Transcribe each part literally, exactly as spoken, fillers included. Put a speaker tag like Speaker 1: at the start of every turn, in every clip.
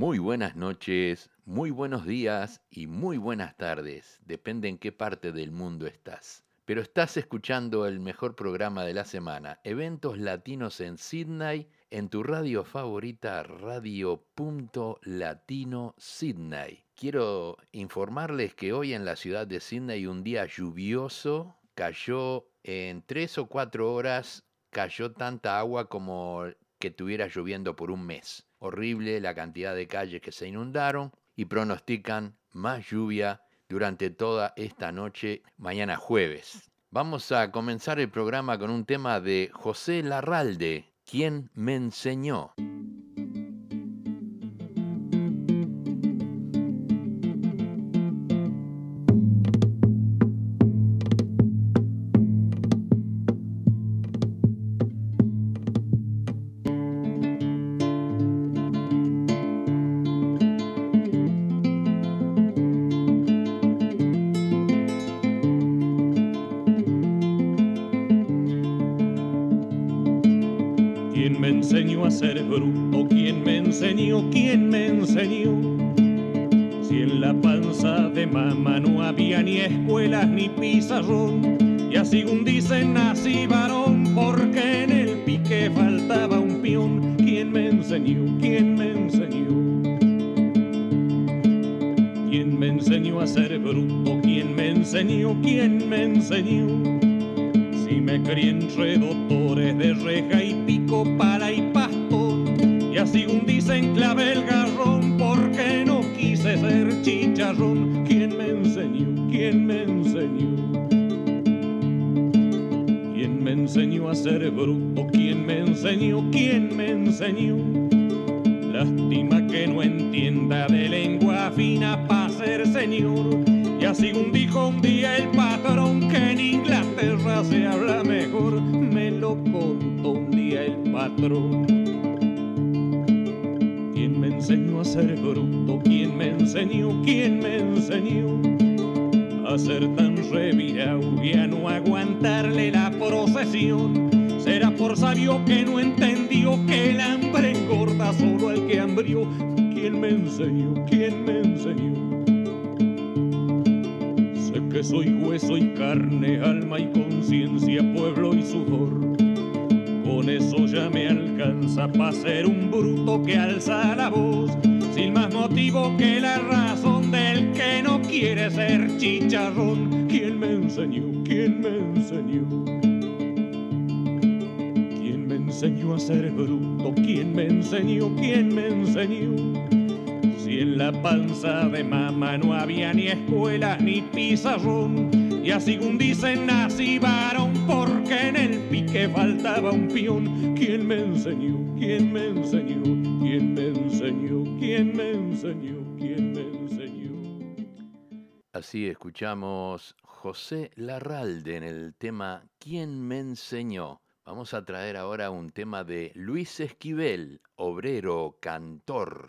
Speaker 1: Muy buenas noches, muy buenos días y muy buenas tardes. Depende en qué parte del mundo estás. Pero estás escuchando el mejor programa de la semana, Eventos Latinos en Sydney, en tu radio favorita, Radio Punto Latino Sydney. Quiero informarles que hoy en la ciudad de Sydney un día lluvioso, cayó en tres o cuatro horas, cayó tanta agua como que estuviera lloviendo por un mes. Horrible la cantidad de calles que se inundaron y pronostican más lluvia durante toda esta noche, mañana jueves. Vamos a comenzar el programa con un tema de José Larralde, ¿Quién me enseñó?
Speaker 2: Ser bruto, ¿quién me enseñó? ¿Quién me enseñó? Si en la panza de mamá no había ni escuelas ni pizarrón, y así según dicen nací varón, porque en el pique faltaba un peón. ¿Quién me enseñó? ¿Quién me enseñó? ¿Quién me enseñó a ser bruto? ¿Quién me enseñó? ¿Quién me enseñó? Si me crié entre doctores de reja y pico, pala y pastón, y así un dicen clavé el garrón, porque no quise ser chicharrón. ¿Quién me enseñó? ¿Quién me enseñó? ¿Quién me enseñó a ser bruto? ¿Quién me enseñó? ¿Quién me enseñó? Lástima que no entienda de lengua fina pa' ser señor. Y así un dijo un día el patrón, que en Inglaterra se habla mejor. Me lo contó un día el patrón. ¿Quién me enseñó a ser bruto? ¿Quién me enseñó? ¿Quién me enseñó? A ser tan revirado y a no aguantarle la procesión. Será por sabio que no entendió que el hambre engorda solo al que hambrió. ¿Quién me enseñó? ¿Quién me enseñó? Que soy hueso y carne, alma y conciencia, pueblo y sudor. Con eso ya me alcanza pa' ser un bruto que alza la voz, sin más motivo que la razón del que no quiere ser chicharrón. ¿Quién me enseñó? ¿Quién me enseñó? ¿Quién me enseñó a ser bruto? ¿Quién me enseñó? ¿Quién me enseñó? Si en la panza de mamá no había ni escuela ni pizarrón, y así según dicen nací varón, porque en el pique faltaba un peón. ¿Quién me enseñó? ¿Quién me enseñó? ¿Quién me enseñó? ¿Quién me enseñó? ¿Quién me enseñó?
Speaker 1: Así escuchamos José Larralde en el tema ¿Quién me enseñó? Vamos a traer ahora un tema de Luis Esquivel, obrero, cantor.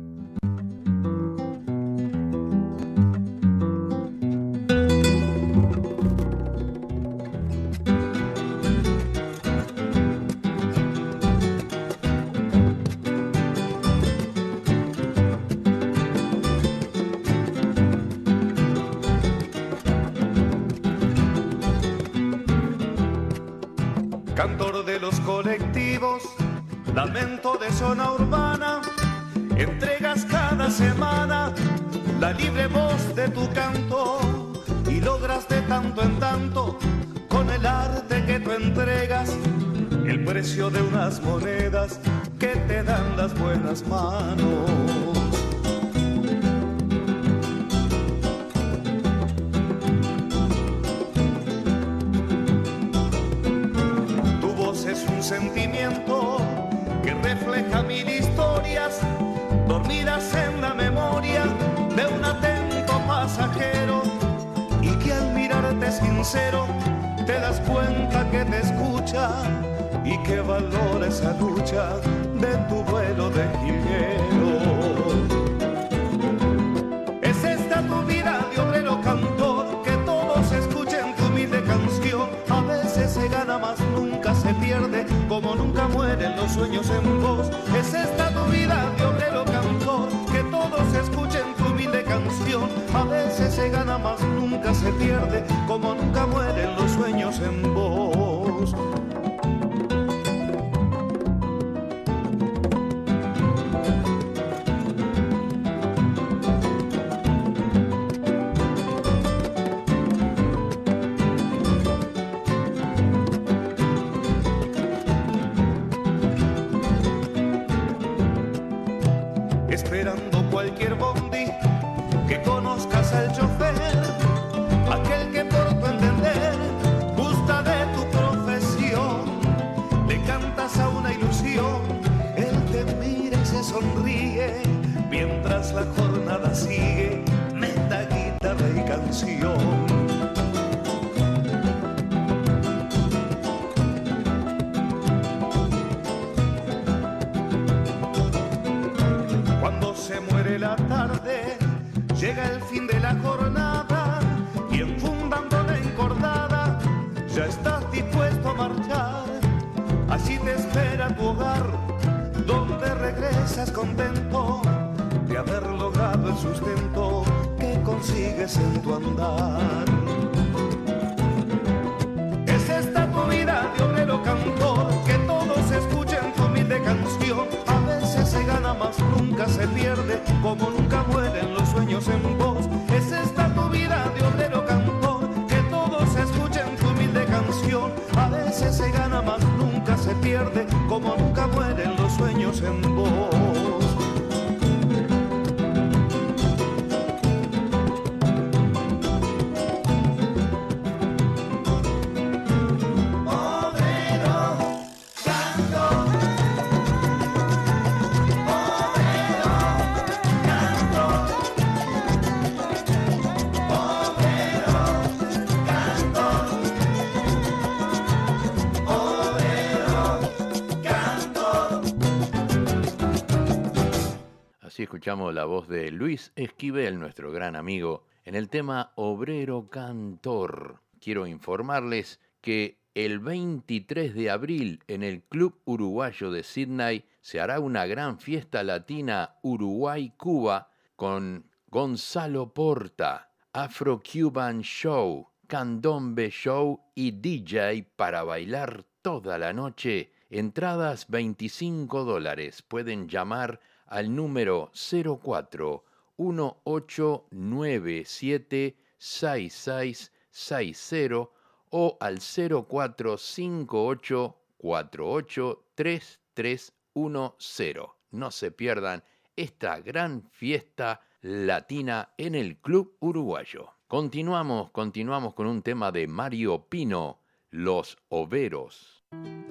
Speaker 3: Cantor de los colectivos, lamento de zona urbana, entregas cada semana la libre voz de tu canto y logras de tanto en tanto, con el arte que tú entregas, el precio de unas monedas que te dan las buenas manos. Sentimiento que refleja mil historias dormidas en la memoria de un atento pasajero, y que al mirarte sincero te das cuenta que te escucha y que valora esa lucha de tu vuelo de jilguero. Es esta tu vida de obrero cantor, que todos escuchen tu humilde canción. A veces se gana más, nunca se pierde, como nunca mueren los sueños en vos. Es esta tu vida de obrero cantor, esperando cualquier bondi, que conozcas al chofer, aquel que por tu entender gusta de tu profesión, le cantas a una ilusión, él te mira y se sonríe, mientras la jornada sigue, meta, guitarra y canción. La tarde llega el fin de la jornada y enfundando la encordada ya estás dispuesto a marchar. Así te espera tu hogar, donde regresas contento de haber logrado el sustento que consigues en tu andar. Es esta tu vida de obrero cantor, que todos escuchen tu humilde canción. A veces se gana más, nunca se pierde, como nunca mueren los sueños en vos. Es esta tu vida de obrero cantor, que todos escuchen tu humilde canción. A veces se gana más, nunca se pierde, como nunca mueren los sueños en vos.
Speaker 1: Escuchamos la voz de Luis Esquivel, nuestro gran amigo, en el tema Obrero Cantor. Quiero informarles que el veintitrés de abril en el Club Uruguayo de Sydney se hará una gran fiesta latina Uruguay-Cuba con Gonzalo Porta, Afro-Cuban Show, Candombe Show y D J para bailar toda la noche. Entradas veinticinco dólares. Pueden llamar al número cero cuatro uno ocho nueve siete seis seis seis cero o al cero cuatro cinco ocho cuatro ocho tres tres uno cero. No se pierdan esta gran fiesta latina en el Club Uruguayo. Continuamos, continuamos con un tema de Mario Pino, Los Overos.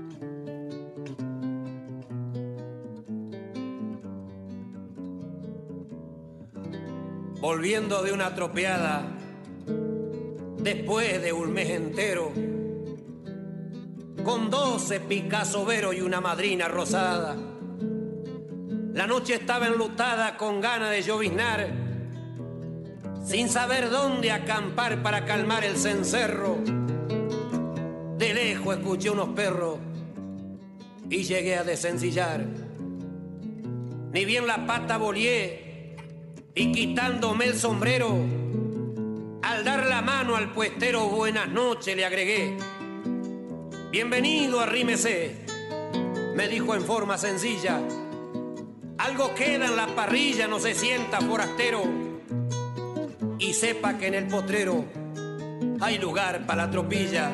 Speaker 4: Volviendo de una tropeada, después de un mes entero, con doce picasoveros y una madrina rosada, la noche estaba enlutada con ganas de lloviznar, sin saber dónde acampar para calmar el cencerro. De lejos escuché unos perros y llegué a desencillar. Ni bien la pata volé y quitándome el sombrero, al dar la mano al puestero buenas noches le agregué. Bienvenido, arrímese, me dijo en forma sencilla. Algo queda en la parrilla, no se sienta forastero. Y sepa que en el potrero hay lugar para la tropilla.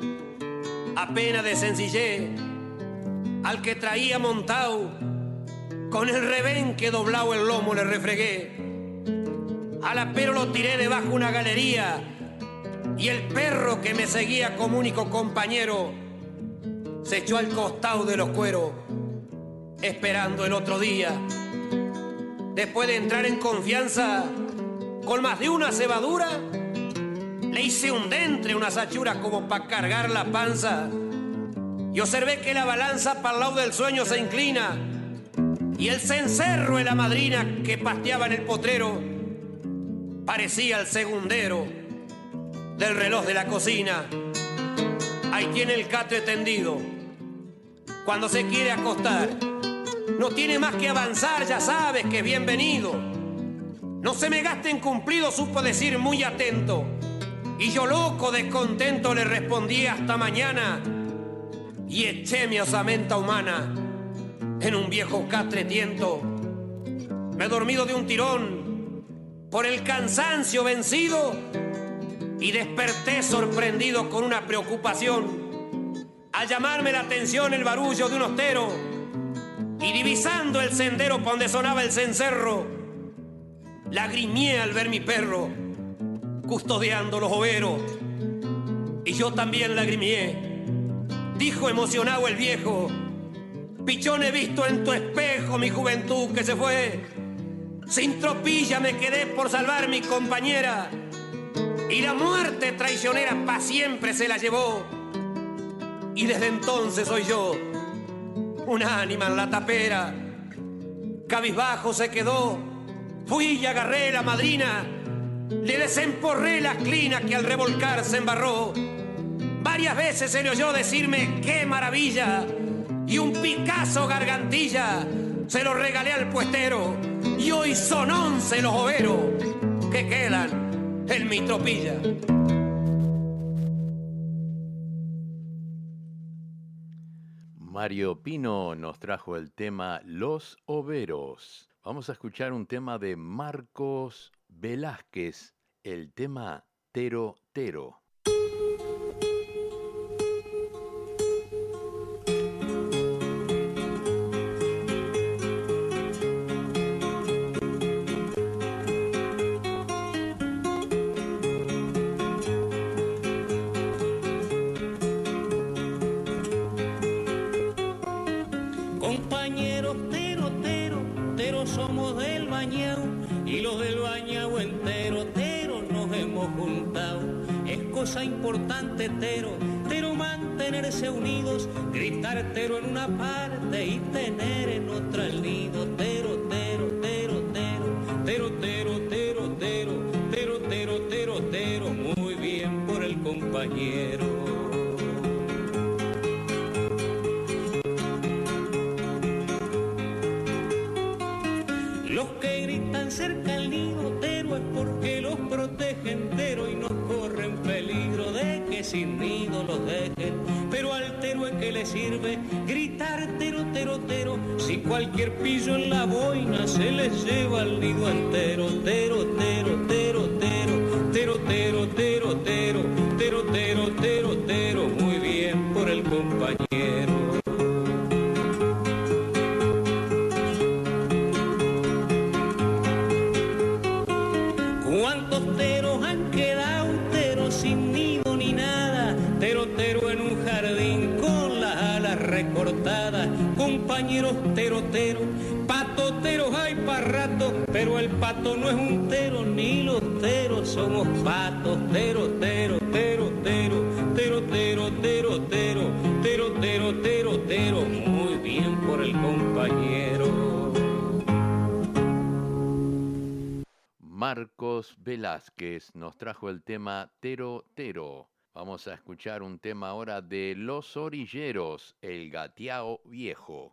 Speaker 4: Apenas desencillé al que traía montado, con el rebenque doblado el lomo le refregué. Al apero lo tiré debajo una galería y el perro que me seguía como único compañero se echó al costado de los cueros esperando el otro día. Después de entrar en confianza con más de una cebadura, le hice un dentre, unas achuras como para cargar la panza y observé que la balanza para el lado del sueño se inclina y el cencerro de la madrina que pasteaba en el potrero parecía el segundero del reloj de la cocina. Ahí tiene el catre tendido. Cuando se quiere acostar, no tiene más que avanzar, ya sabes que es bienvenido. No se me gaste en cumplido, supo decir muy atento. Y yo loco, descontento, le respondí hasta mañana. Y eché mi osamenta humana en un viejo catre tiento. Me he dormido de un tirón por el cansancio vencido y desperté sorprendido con una preocupación al llamarme la atención el barullo de un hostero y divisando el sendero por donde sonaba el cencerro, lagrimié al ver mi perro custodiando los overos. Y yo también lagrimié. Dijo emocionado el viejo: pichón, he visto en tu espejo mi juventud que se fue. Sin tropilla me quedé por salvar mi compañera, y la muerte traicionera pa' siempre se la llevó. Y desde entonces soy yo un ánima en la tapera. Cabizbajo se quedó, fui y agarré la madrina, le desemporré las clinas que al revolcar se embarró. Varias veces se le oyó decirme qué maravilla, y un Picasso gargantilla se lo regalé al puestero, y hoy son once los overos que quedan en mi tropilla.
Speaker 1: Mario Pino nos trajo el tema Los Overos. Vamos a escuchar un tema de Marcos Velázquez, el tema Tero Tero.
Speaker 5: Somos del Bañao y los del Bañao entero, Tero, nos hemos juntado. Es cosa importante, Tero, Tero, mantenerse unidos, gritar Tero en una parte y tener en otra el nido. Tero, Tero, Tero, Tero, Tero, Tero, Tero, Tero, Tero, Tero, Tero, Tero, muy bien por el compañero. Los que gritan cerca al nido, Tero, es porque los protegen, Tero, y no corren peligro de que sin nido los dejen. Pero al Tero es que le sirve gritar Tero, Tero, Tero, si cualquier pillo en la boina se les lleva al nido entero. Tero, Tero, Tero, Tero, Tero, Tero, Tero, Tero, Tero, Tero, Tero, Tero, muy bien por el compañero. ¿Cuántos teros han quedado, Tero, sin nido ni nada? Tero, Tero en un jardín con las alas recortadas. Compañeros Tero, Tero, patoteros hay pa' rato, pero el pato no es un tero, ni los teros somos patos. Tero, Tero, Tero, Tero, Tero, Tero, Tero, Tero, Tero, Tero, Tero, Tero, muy bien por el compañero.
Speaker 1: Marcos Velázquez nos trajo el tema Tero Tero. Vamos a escuchar un tema ahora de Los Orilleros, el Gateao Viejo.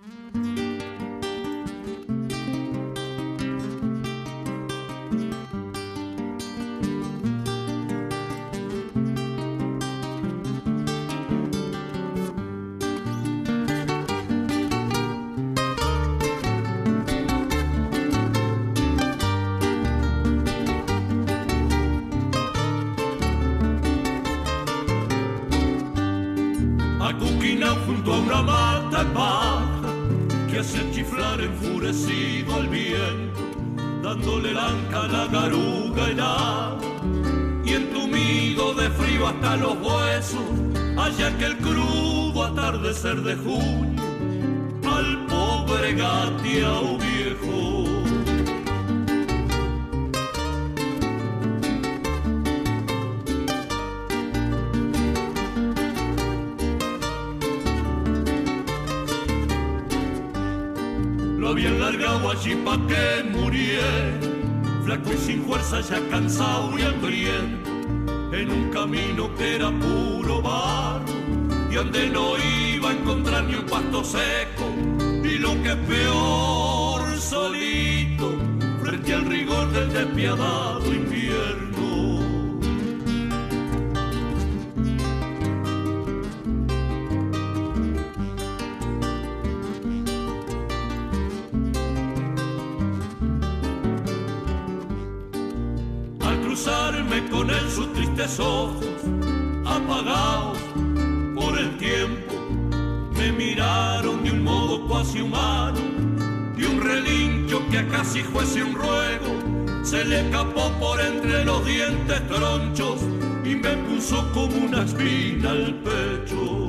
Speaker 3: Junto a una mata baja que hace chiflar enfurecido al viento, dándole lanca a la garuga helada y entumido de frío hasta los huesos, allá que el crudo atardecer de junio al pobre Gateao Viejo. Lo habían largado allí pa' que muriera, flaco y sin fuerza, ya cansado y hambriento, en un camino que era puro barro, y donde no iba a encontrar ni un pasto seco, y lo que es peor, solito, frente al rigor del despiadado invierno. Cruzarme con él sus tristes ojos apagados por el tiempo,
Speaker 2: se miraron de un modo cuasi humano, y un relincho que a casi fuese un ruego se le escapó por entre los dientes tronchos y me puso como una espina al pecho.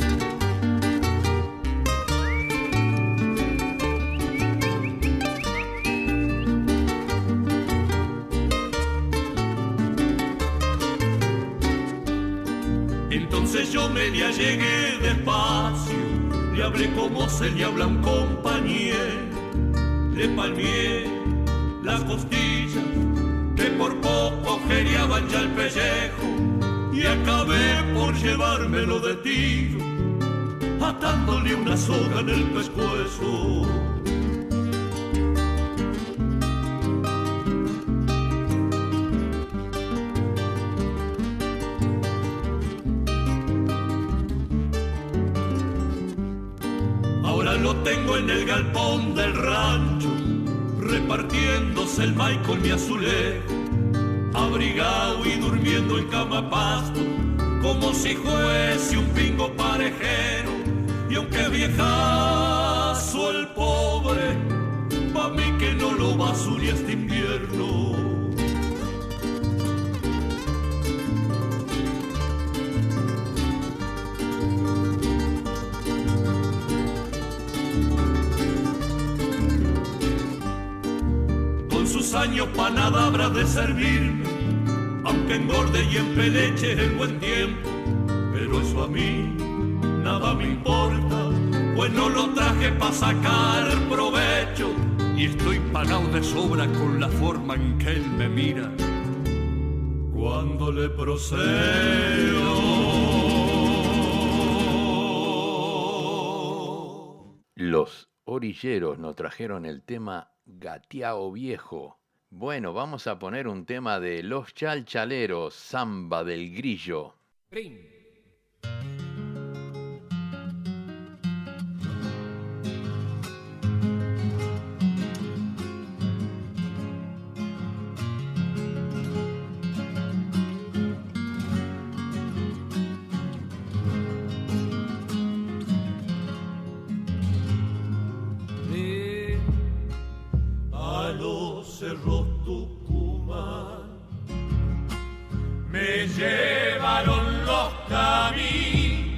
Speaker 2: Entonces yo me le allegué despacio, le hablé como se le habla a un compañero, le palmeé las costillas que por poco geriaban ya el pellejo y acabé por llevármelo de tiro, atándole una soga en el pescuezo. Lo tengo en el galpón del rancho, repartiéndose el maíz con mi azulejo, abrigado y durmiendo en cama pasto, como si fuese un pingo parejero. Y aunque viejazo el pobre, pa' mí que no lo basure este invierno. Sus años pa' nada habrá de servirme, aunque engorde y empeleche el buen tiempo, pero eso a mí nada me importa, pues no lo traje pa' sacar provecho, y estoy pagado de sobra con la forma en que él me mira cuando le procedo.
Speaker 1: Los orilleros nos trajeron el tema Gatiao Viejo. Bueno, vamos a poner un tema de Los Chalchaleros, Samba del Grillo.
Speaker 4: Green.
Speaker 2: Cerros Tucumán me llevaron los caminos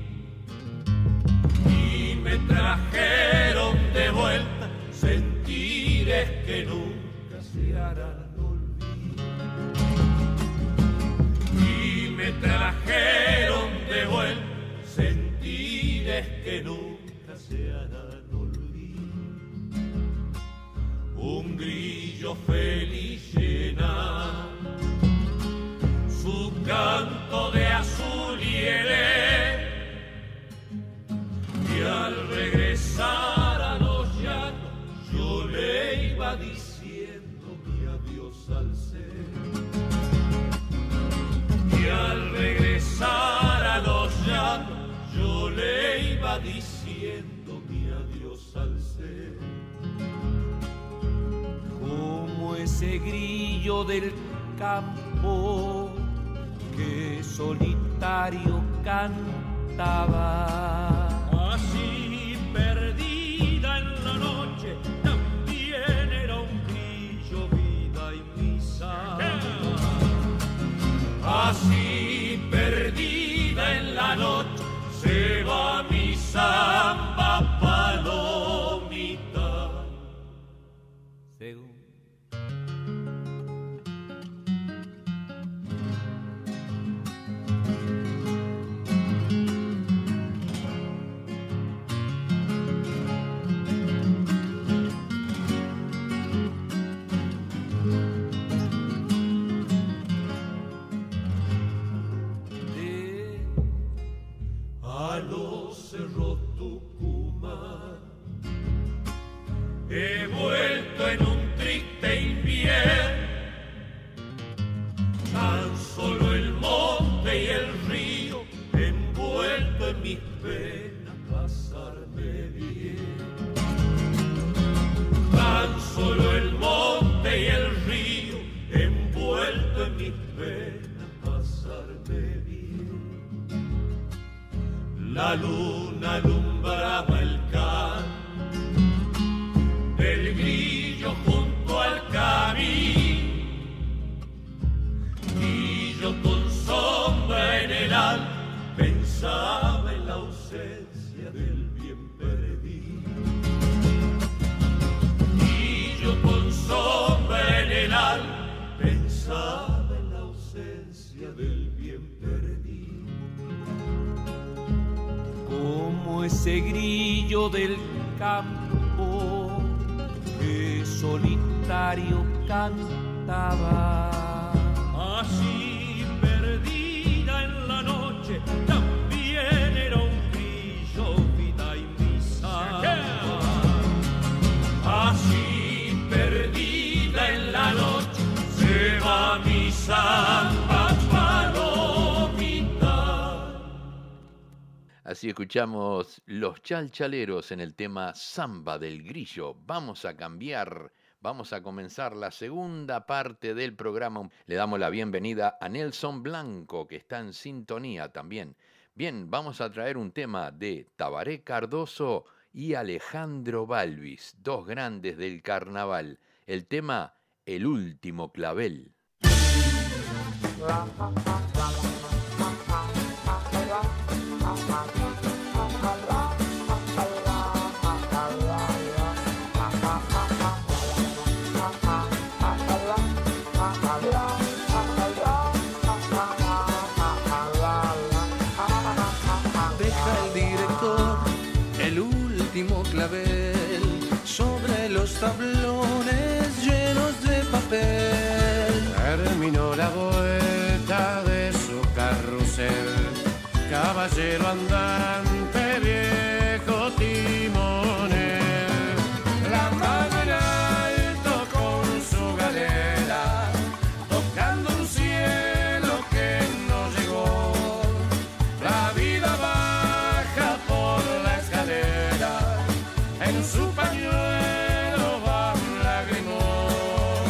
Speaker 2: y me trajeron de vuelta sentires que nunca se harán olvidar, y me trajeron de vuelta sentires que nunca se harán olvidar. Un grillo feliz llena su canto de azul y helé, y al regresar a los llanos yo le iba diciendo mi adiós al ser, y al regresar a los llanos yo le iba diciendo mi adiós al ser.
Speaker 5: Como ese grillo del campo que solitario cantaba,
Speaker 2: Así perdida en la noche también era un grillo, vida y misa. Así perdida en la noche se va mi samba palomita.
Speaker 5: según
Speaker 2: a los cerros Tucumán he vuelto en un triste invierno, tan solo el monte y el río envuelto en mis penas pasarme bien, tan solo el monte y el río envuelto en mis penas pasarme bien. La luna alumbra
Speaker 3: junto al camino, y yo con sombra en el alma pensaba en la ausencia del bien perdido. Y yo con sombra en el alma pensaba en la ausencia del bien perdido.
Speaker 2: Como ese grillo del campo que solitario cantaba.
Speaker 5: Así perdida en la noche, también era un grillo, vida y misa.
Speaker 3: Así perdida en la noche se va mi samba palomita.
Speaker 1: Así escuchamos Los Chalchaleros en el tema Samba del Grillo. Vamos a cambiar, vamos a comenzar la segunda parte del programa. Le damos la bienvenida a Nelson Blanco, que está en sintonía también. Bien, vamos a traer un tema de Tabaré Cardoso y Alejandro Balvis, dos grandes del carnaval. El tema El Último Clavel.
Speaker 6: Clavel sobre los tablones llenos de papel.
Speaker 7: Terminó la vuelta de su carrusel, caballero andante, viejo timonel. La mano en alto con su galera, tocando un cielo que no llegó. La vida baja por la escalera, en su pañuelo va un lagrimón.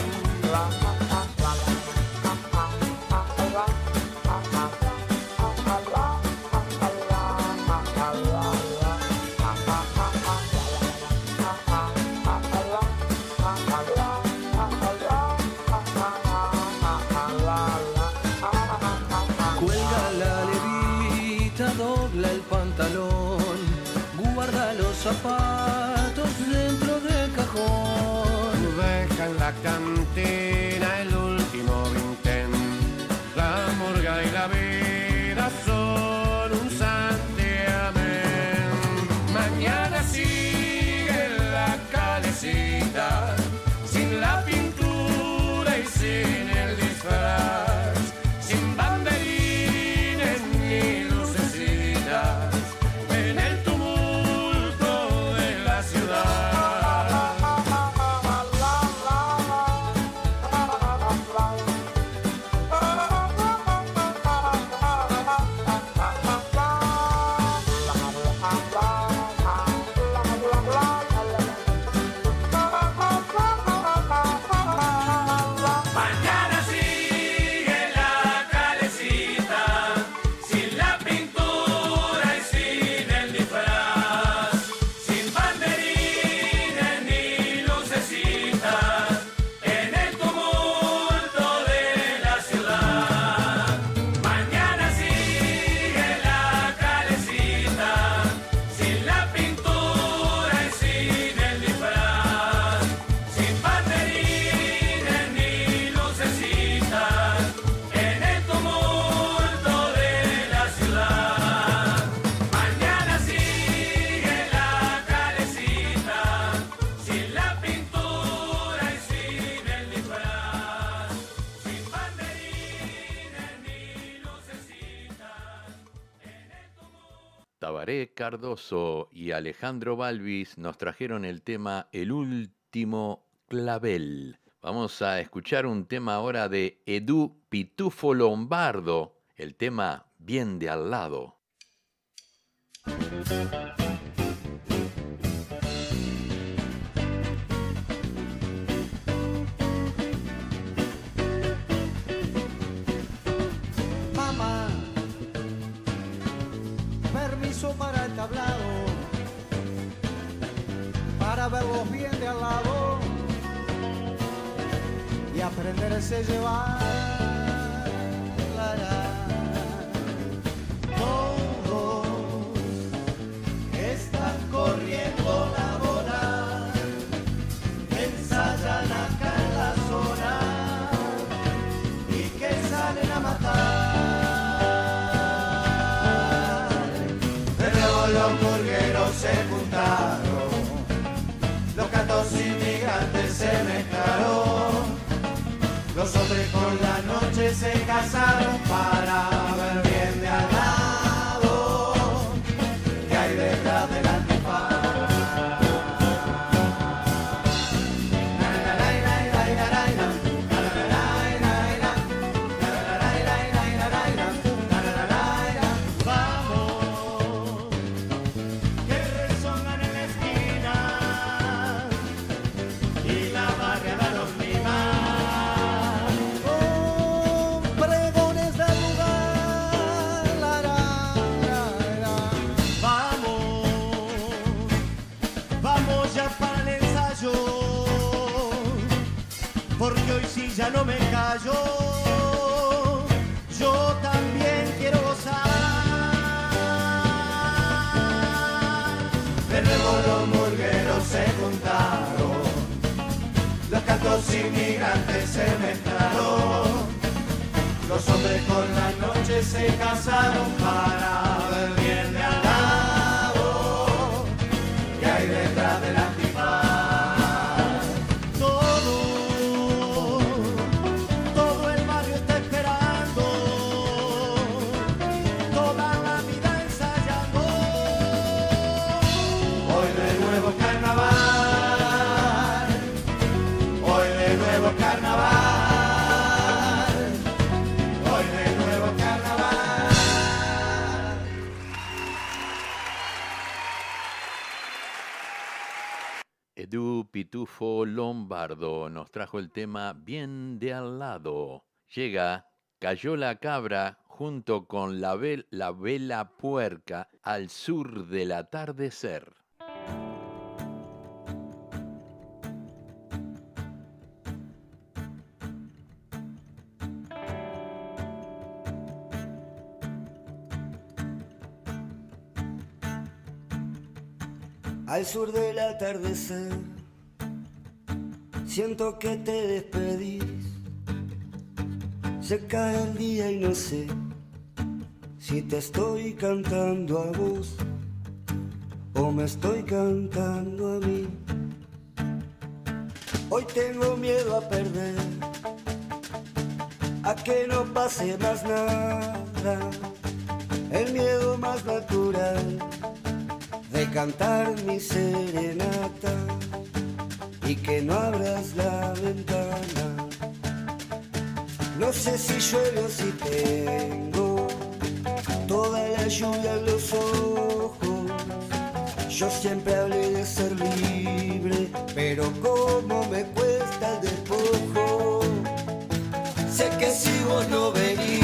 Speaker 6: Cuelga la levita, dobla el pantalón, guarda los zapatos dentro del cajón.
Speaker 7: Deja en la cantina el último vintén, la murga y la vida son un santiamén. Mañana sigue la calecita, sin la pintura y sin el disfraz, sin banderines ni lucecitas, en el tumulto de la ciudad.
Speaker 3: Mañana sigue la calecita, sin la pintura y sin el disfraz, sin banderines ni lucecitas, en el tumulto de la ciudad. Mañana sigue la calecita, sin la pintura y sin el disfraz, sin banderines ni lucecitas, en el tumulto de la ciudad. Mañana sigue la calecita, sin la pintura y sin el disfraz, sin banderines ni lucecitas, en el tumulto.
Speaker 1: Tabaré Cardoso y Alejandro Balvis nos trajeron el tema El Último Clavel. Vamos a escuchar un tema ahora de Edu Pitufo Lombardo, el tema Bien de al lado.
Speaker 6: Mamá, permiso para el tablado, para verlos bien de al lado. aprenderse a llevar. La, la. Todos están corriendo la bola, ensayan acá en la zona y que salen a matar. De nuevo los burgueros se juntaron, los gatos inmigrantes se mezclaron, los hombres con la noche se casaron para ver bien de al lado que hay detrás del antifaz. Porque hoy sí ya no me callo, yo también quiero gozar. De nuevo los murgueros se juntaron, los cantos inmigrantes se mezclaron, los hombres con la noche se casaron para ver bien de al lado que hay detrás de la
Speaker 1: Edu Pitufo Lombardo nos trajo el tema Bien de al lado. Llega Cayó la cabra junto con la, vel- la vela puerca al sur del atardecer.
Speaker 8: Al sur del atardecer, siento que te despedís. Se cae el día y no sé si te estoy cantando a vos o me estoy cantando a mí. Hoy tengo miedo a perder, a que no pase más nada, el miedo más natural de cantar mi serenata y que no abras la ventana. No sé si llueve o si tengo toda la lluvia en los ojos. Yo siempre hablé de ser libre, pero cómo me cuesta el despojo. Sé que si vos no venís,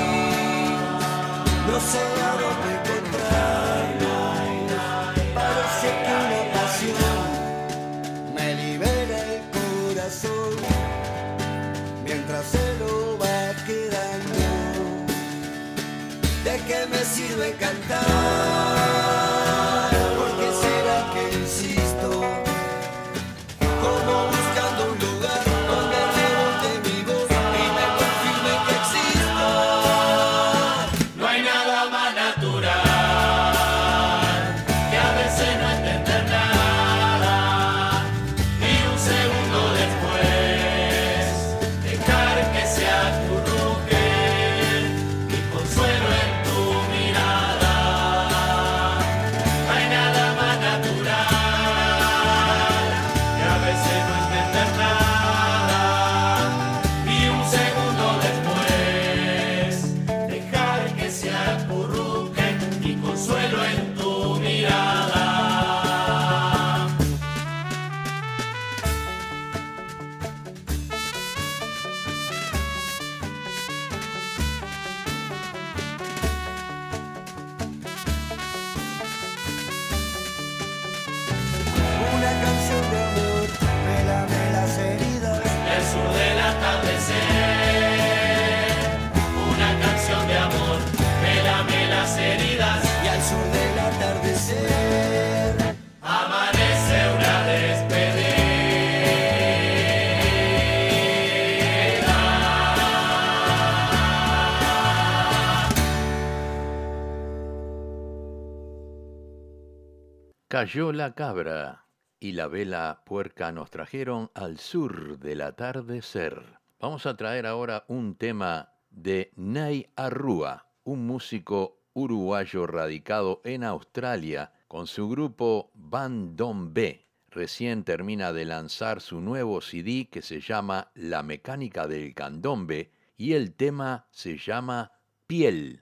Speaker 8: no sé a dónde encontrarnos. Parece que una pasión me libera el corazón mientras se lo va quedando. ¿De qué me sirve cantar? ¿Por qué será que insisto? Como buscando un lugar donde rebote mi voz y me confirme que existo. No hay nada más natural que a veces no entender nada y un segundo después dejar que se acurruque mi consuelo en tu mirada.
Speaker 1: Cayó la cabra y la vela puerca nos trajeron al sur del atardecer. Vamos a traer ahora un tema de Ney Arrúa, un músico uruguayo radicado en Australia con su grupo Bandombe. Recién termina de lanzar su nuevo C D que se llama La Mecánica del Candombe y el tema se llama Piel.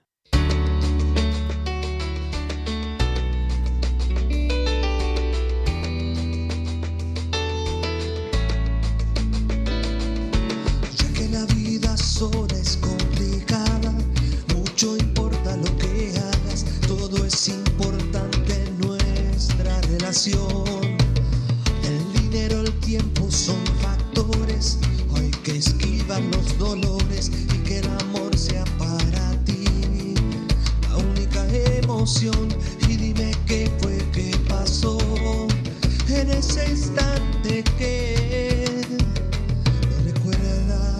Speaker 9: Sola es complicada, mucho importa lo que hagas, todo es importante en nuestra relación. El dinero, el tiempo son factores, hay que esquivar los dolores y que el amor sea para ti la única emoción. Y dime qué fue que pasó en ese instante que no recuerdas.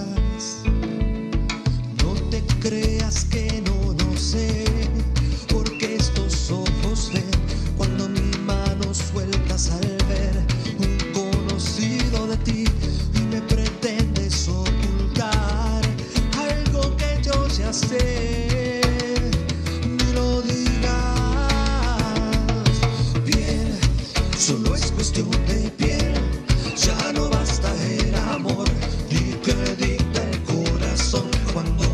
Speaker 9: Creas que no, no sé, porque estos ojos ven cuando mi mano sueltas al ver un conocido de ti y me pretendes ocultar algo que yo ya sé. Ni lo digas, piel, solo es cuestión de piel, ya no basta el amor ni que dicta el corazón cuando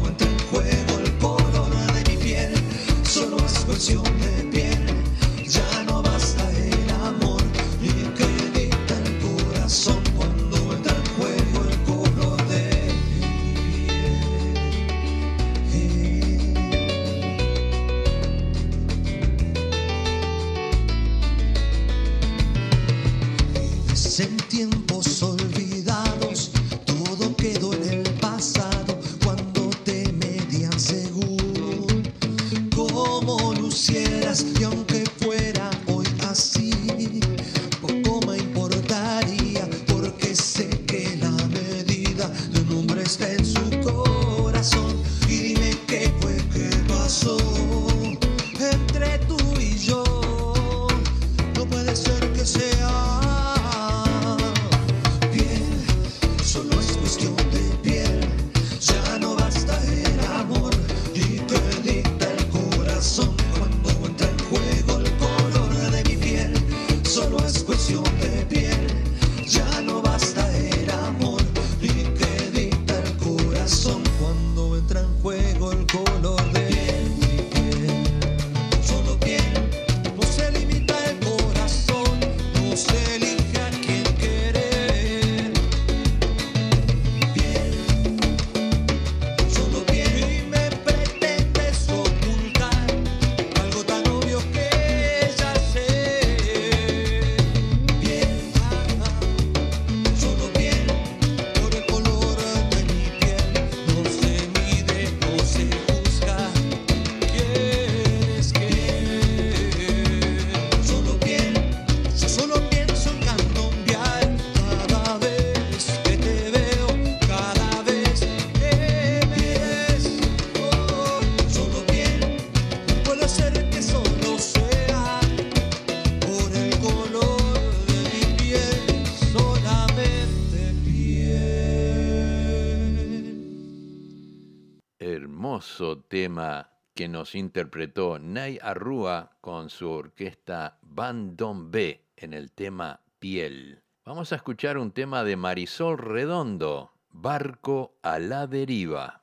Speaker 9: cuestión de piel, ya no basta el amor y que dicta el corazón cuando entra en juego el color de mi piel. Vives en tiempos olvidados, todo quedó en el pasado cuando te medían seguro como lucieras, y aunque fuera hoy así, poco me importaría, porque sé que la medida de un hombre está en su corazón. Y dime qué fue que pasó entre tú y yo, no puede ser que sea piel, solo es cuestión de piel, ya no basta el amor y que dicta el corazón cuando entra en juego el color de mi piel. Solo es cuestión de piel, ya no basta el amor y que dicta el corazón cuando entra en juego el color de mi piel. Solo piel, no se limita el corazón, no se elige a quien querer. Piel, solo piel, y me pretendes ocultar algo tan obvio que ya sé. Piel, solo piel, por el color de mi piel, no se mide, no se juzga. ¿Quieres que solo piel? Yo solo pienso en candombear cada vez que te veo, cada vez que pies. Oh, solo piel, puede ser que solo sea por el color de mi piel, solamente piel.
Speaker 1: Hermoso tema que nos interpretó Ney Arrúa con su orquesta Bandombe en el tema Piel. Vamos a escuchar un tema de Marisol Redondo, Barco a la deriva.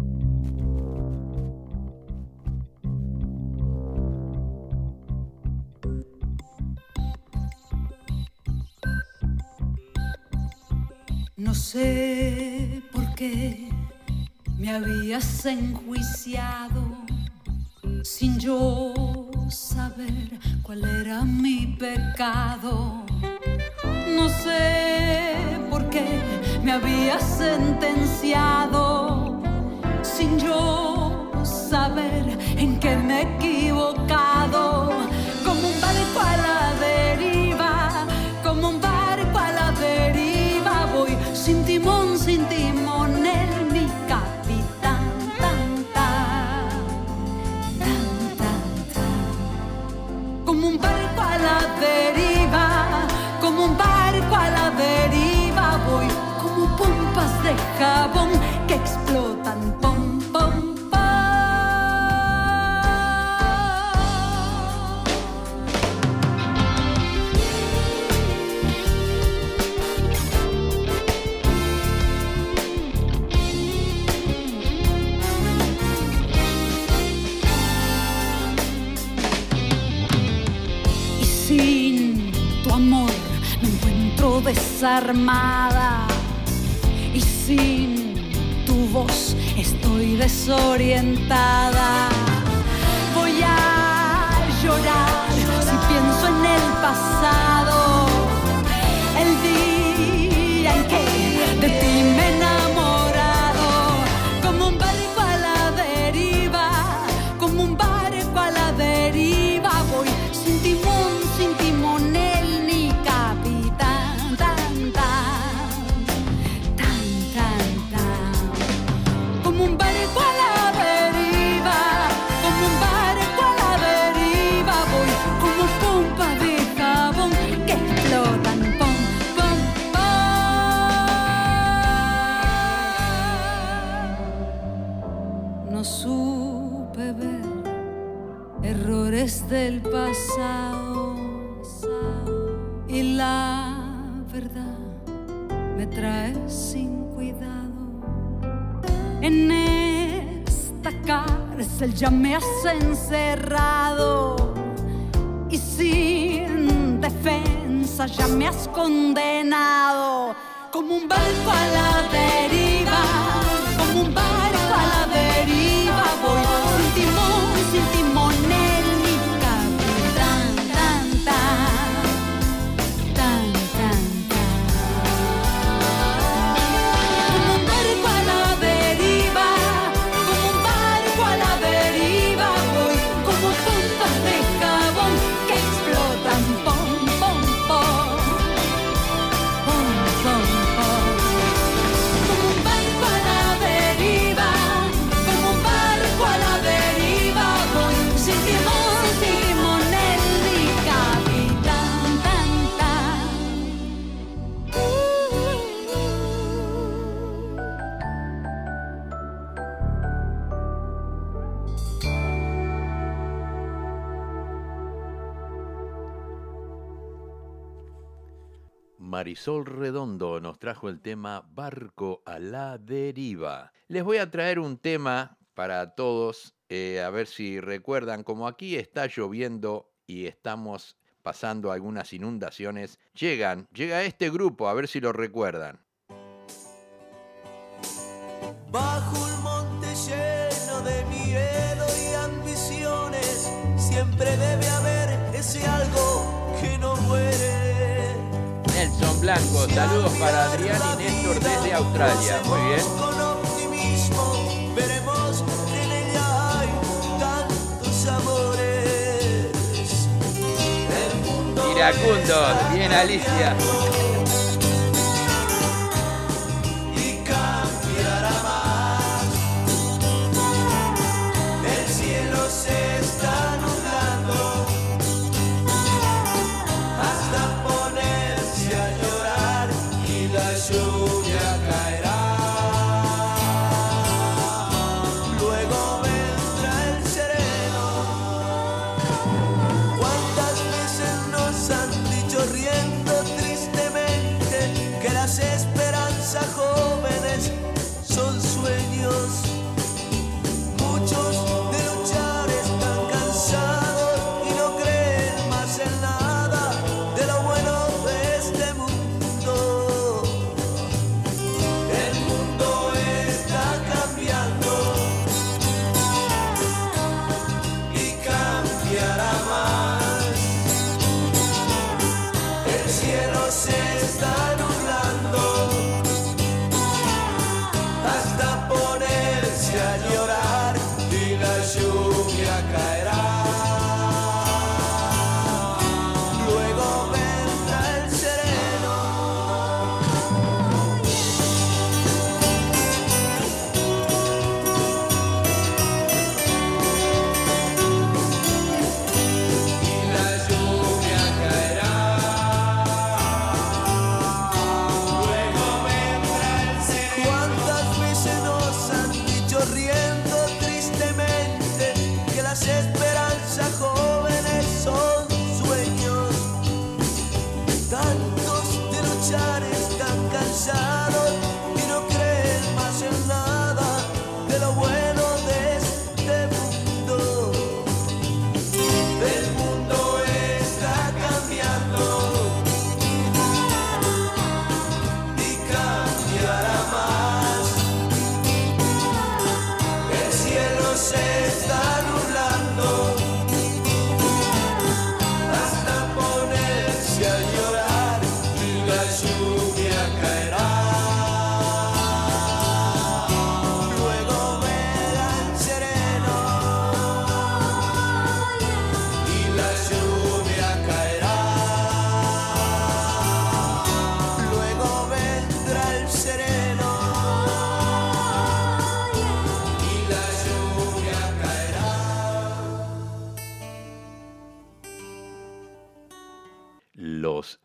Speaker 10: No sé por qué me habías enjuiciado sin yo saber cuál era mi pecado. No sé por qué me habías sentenciado sin yo saber en qué me he equivocado. Como un barco a la deriva, como un barco a la deriva, voy sin timón, sin timonel, mi capitán, tan, tan, tan, tan, tan. Como un barco a la deriva, de jabón que explotan, pom, pom, pom. Y sin tu amor me encuentro desarmada, y sin tu voz estoy desorientada. Voy a llorar si pienso en el pasado, el día en que de ti me he enamorado. Como un barco a la deriva, como un barco a la deriva, voy sin timón, sin timonel ni capitán, tan, tan, tan, tan, tan. Como un barco a la deriva, como un barco a la deriva, voy como pompa de jabón que explotan, pom, pom, pom. No supe ver errores del pasado, y la verdad me trae sin cuidado. En esta cárcel ya me has encerrado, y sin defensa ya me has condenado. Como un barco a la deriva, como un barco a la deriva, voy sin timón, sin timonel ni capitán, tan, tan, tan, tan, tan. Como un barco a la deriva, como un barco a la deriva, voy como pompas de jabón que explotan, pom, pom, pom, pom, pom, pom. Como un barco a la deriva, como un barco a la deriva, voy sin timón, sin timonel ni capitán, tan, tan.
Speaker 1: Marisol Redondo nos trajo el tema Barco a la Deriva. Les voy a traer un tema para todos, eh, a ver si recuerdan, como aquí está lloviendo y estamos pasando algunas inundaciones, llegan, llega este grupo, a ver si lo recuerdan.
Speaker 6: Bajo un monte lleno de miedo y ambiciones, siempre debe haber ese algo que no muere.
Speaker 1: Nelson Blanco, saludos para Adrián y Néstor desde Australia. Muy bien.
Speaker 6: Con optimismo veremos que en ella hay tantos amores. El mundo
Speaker 1: Iracundo, bien Alicia.
Speaker 6: y cambiará más. El cielo se está nublando hasta ponerse a llorar y la lluvia caerá. Luego vendrá el sereno. ¿Cuántas veces nos han dicho riendo triste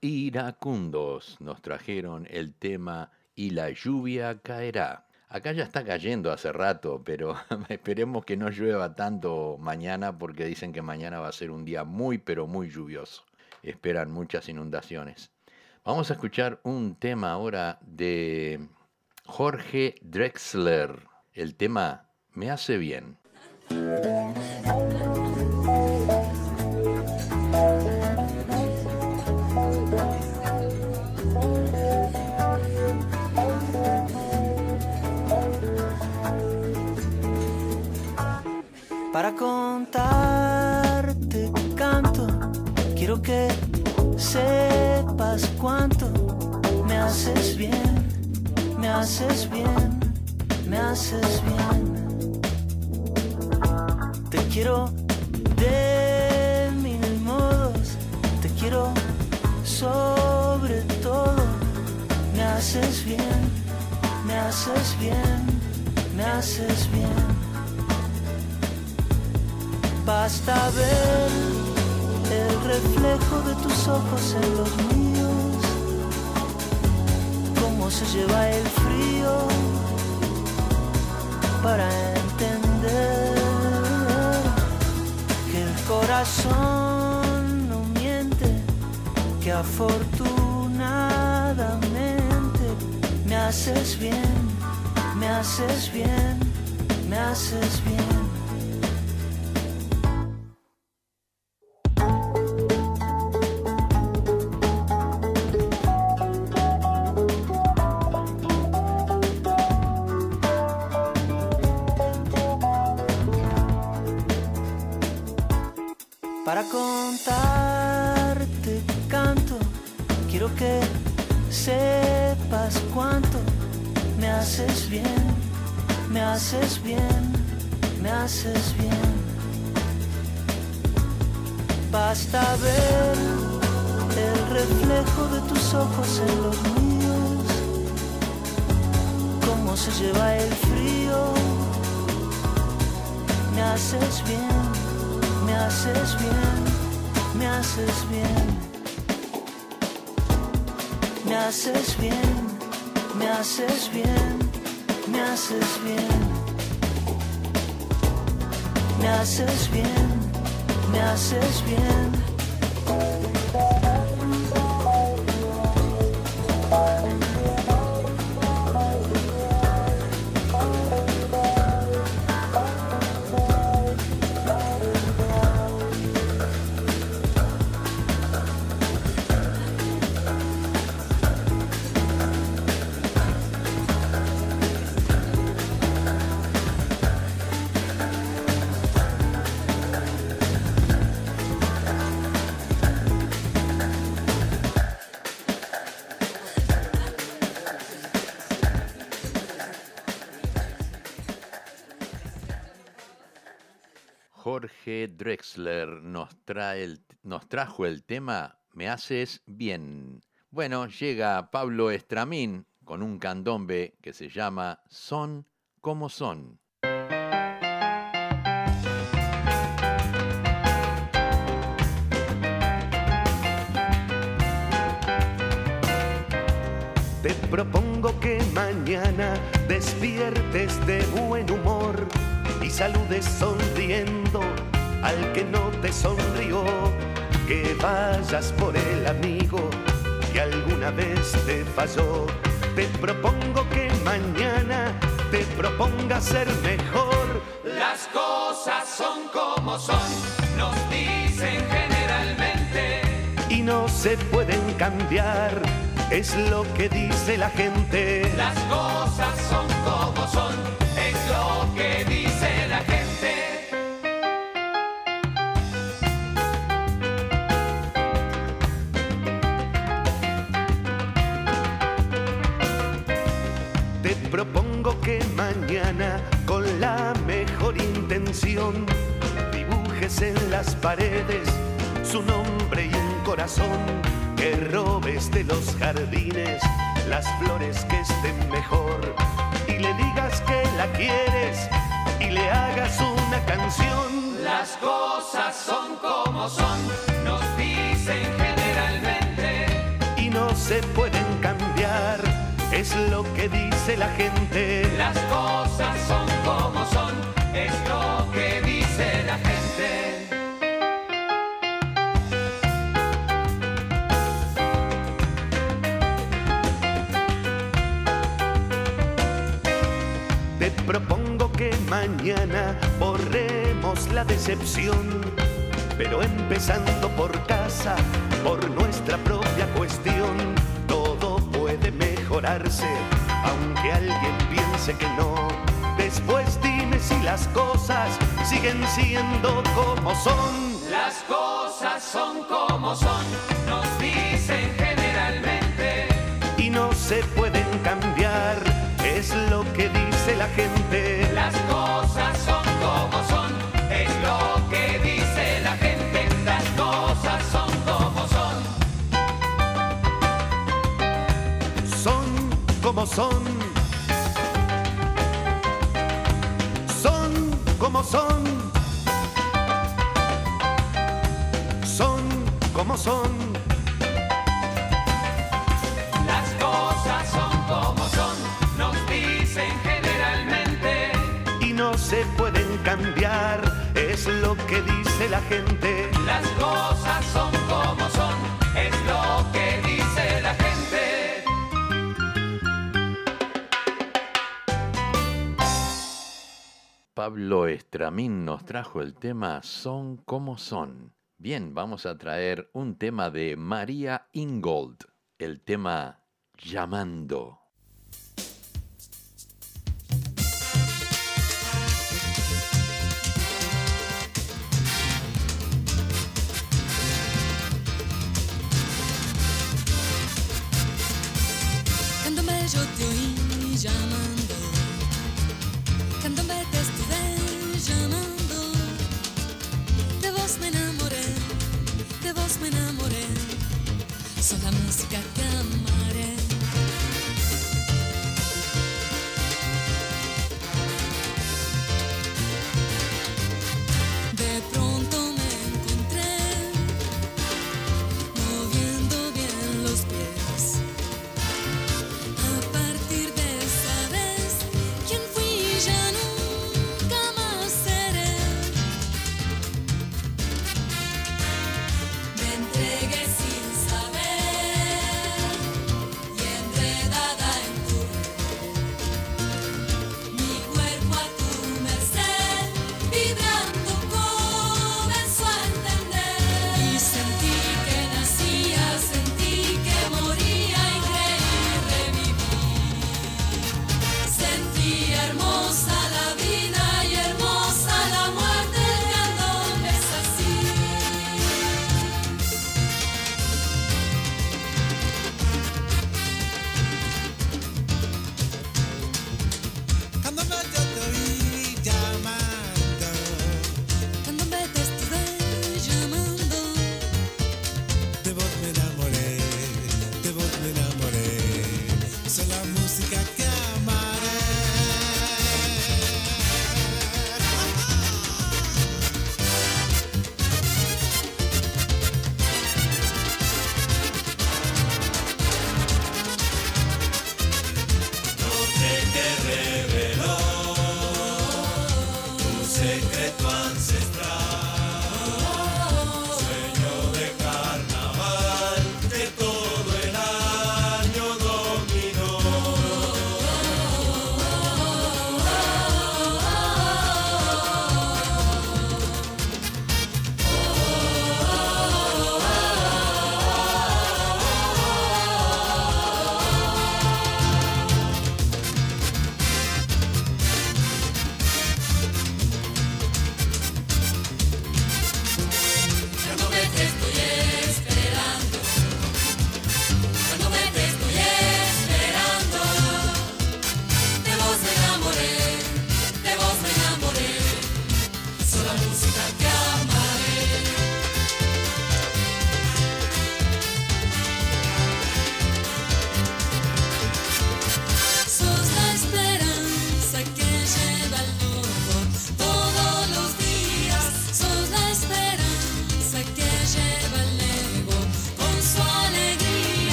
Speaker 1: Iracundos nos trajeron el tema Y la lluvia caerá. Acá ya está cayendo hace rato, pero esperemos que no llueva tanto mañana porque dicen que mañana va a ser un día muy pero muy lluvioso. Esperan muchas inundaciones. Vamos a escuchar un tema ahora de Jorge Drexler. El tema Me hace bien.
Speaker 11: Para contarte canto, quiero que sepas cuánto me haces bien, me haces bien, me haces bien. Te quiero de mil modos, te quiero sobre todo. Me haces bien, me haces bien, me haces bien. Basta ver el reflejo de tus ojos en los míos, cómo se lleva el frío para entender que el corazón no miente, que afortunadamente me haces bien, me haces bien, me haces bien. Para contarte canto, quiero que sepas cuánto me haces bien, me haces bien, me haces bien. Basta ver el reflejo de tus ojos en los míos, cómo se lleva el frío. Me haces bien, me haces bien, me haces bien. Me haces bien, me haces bien, me haces bien. Me haces bien, me haces bien.
Speaker 1: Jorge Drexler nos, trae el, nos trajo el tema Me haces bien. Bueno, llega Pablo Estramín con un candombe que se llama Son como son.
Speaker 3: Te propongo que mañana despiertes de buen humor y saludes sonriendo al que no te sonrió, que vayas por el amigo que alguna vez te falló. Te propongo que mañana te propongas ser mejor.
Speaker 12: Las cosas son como son, nos dicen generalmente,
Speaker 3: y no se pueden cambiar, es lo que dice la gente.
Speaker 12: Las cosas son como son, es lo que dice la gente.
Speaker 3: Te propongo que mañana con la mejor intención dibujes en las paredes su nombre y un corazón, que robes de los jardines las flores que estén mejor y le digas que la quieres y le hagas una canción.
Speaker 12: Las cosas son como son, nos dicen generalmente,
Speaker 3: es lo que dice la gente.
Speaker 12: Las cosas son como son, es lo que dice la gente.
Speaker 3: Te propongo que mañana borremos la decepción, pero empezando por casa, por nuestra propia cuestión. Todo puede mejorarse, aunque alguien piense que no. Después dime si las cosas siguen siendo como son.
Speaker 12: Las cosas son como son, nos dicen generalmente.
Speaker 3: Y no se pueden cambiar, es lo que dice la gente.
Speaker 12: Las cosas son como son, es lo que dice la gente. Las cosas son como son.
Speaker 3: Son como son. Son como son. Son como son.
Speaker 12: Las cosas son como son, nos dicen generalmente.
Speaker 3: Y no se pueden cambiar, es lo que dice la gente.
Speaker 12: Las cosas son como son, es lo que dice la gente.
Speaker 1: Pablo Estramín nos trajo el tema Son como son. Bien, vamos a traer un tema de María Ingold, el tema Llamando.
Speaker 13: Candombe yo te oí llamando, candombe te estuve llamando, de vos me enamoré, de vos me enamoré, son la música que amaré. De pronto me encontré moviendo bien los pies. A partir de esa vez, quien fui ya nunca más seré. Me entregué sin saber y enredada en tu red. Mi cuerpo a tu merced, vibrando comenzó a entender. Y sentí que nacía, sentí que moría y creí revivir. Sentí hermosa la vida y hermosa la muerte, el candombe es así.
Speaker 9: Candombe yo te oí llamando,
Speaker 13: Candombe te estuve llamando,
Speaker 9: de vos me enamoré, de vos me enamoré, son la música que amaré.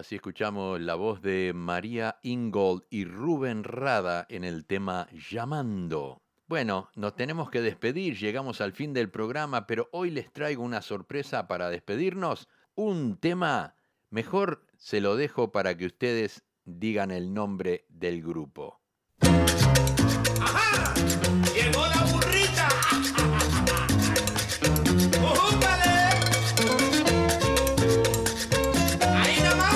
Speaker 1: Así escuchamos la voz de María Ingold y Rubén Rada en el tema Llamando. Bueno, nos tenemos que despedir, llegamos al fin del programa, pero hoy les traigo una sorpresa para despedirnos. Un tema, mejor se lo dejo para que ustedes digan el nombre del grupo.
Speaker 12: ¡Ajá! ¡Llegó la burrita! ¡Ujúpale! ¡Ahí nomás!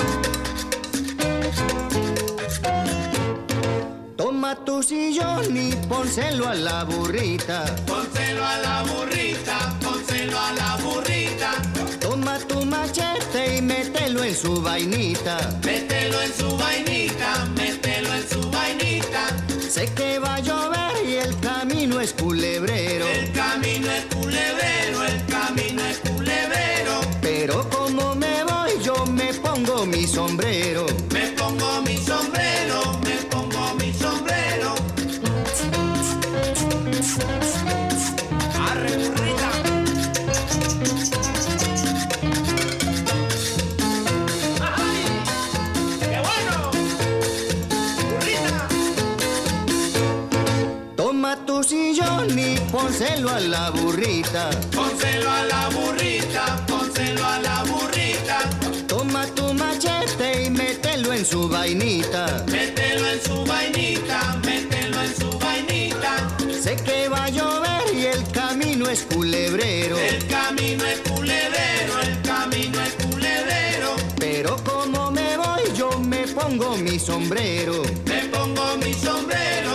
Speaker 8: Toma tu sillón y pónselo a la burrita.
Speaker 12: Pónselo a la burrita, pónselo a la burrita.
Speaker 8: Toma tu machete y mételo en su vainita.
Speaker 12: Mételo en su vainita, mételo en su vainita.
Speaker 8: Sé que va a llover y el camino es culebrero.
Speaker 12: El camino es culebrero, el camino es culebrero.
Speaker 8: Pero como me voy yo me pongo mi sombrero.
Speaker 12: Me pongo mi sombrero, me pongo mi sombrero. Arre, burrita. ¡Ay! ¡Qué bueno! ¡Burrita!
Speaker 8: Toma tu sillón y pónselo a la burrita.
Speaker 12: Pónselo a la burrita, pónselo a la burrita.
Speaker 8: Toma tu machete y mételo en su vainita.
Speaker 12: Mételo en su vainita, mételo en su vainita.
Speaker 8: Sé que va a llover y el camino es culebrero.
Speaker 12: El camino es culebrero, el camino es culebrero.
Speaker 8: Pero como me voy yo me pongo mi sombrero.
Speaker 12: Me pongo mi sombrero.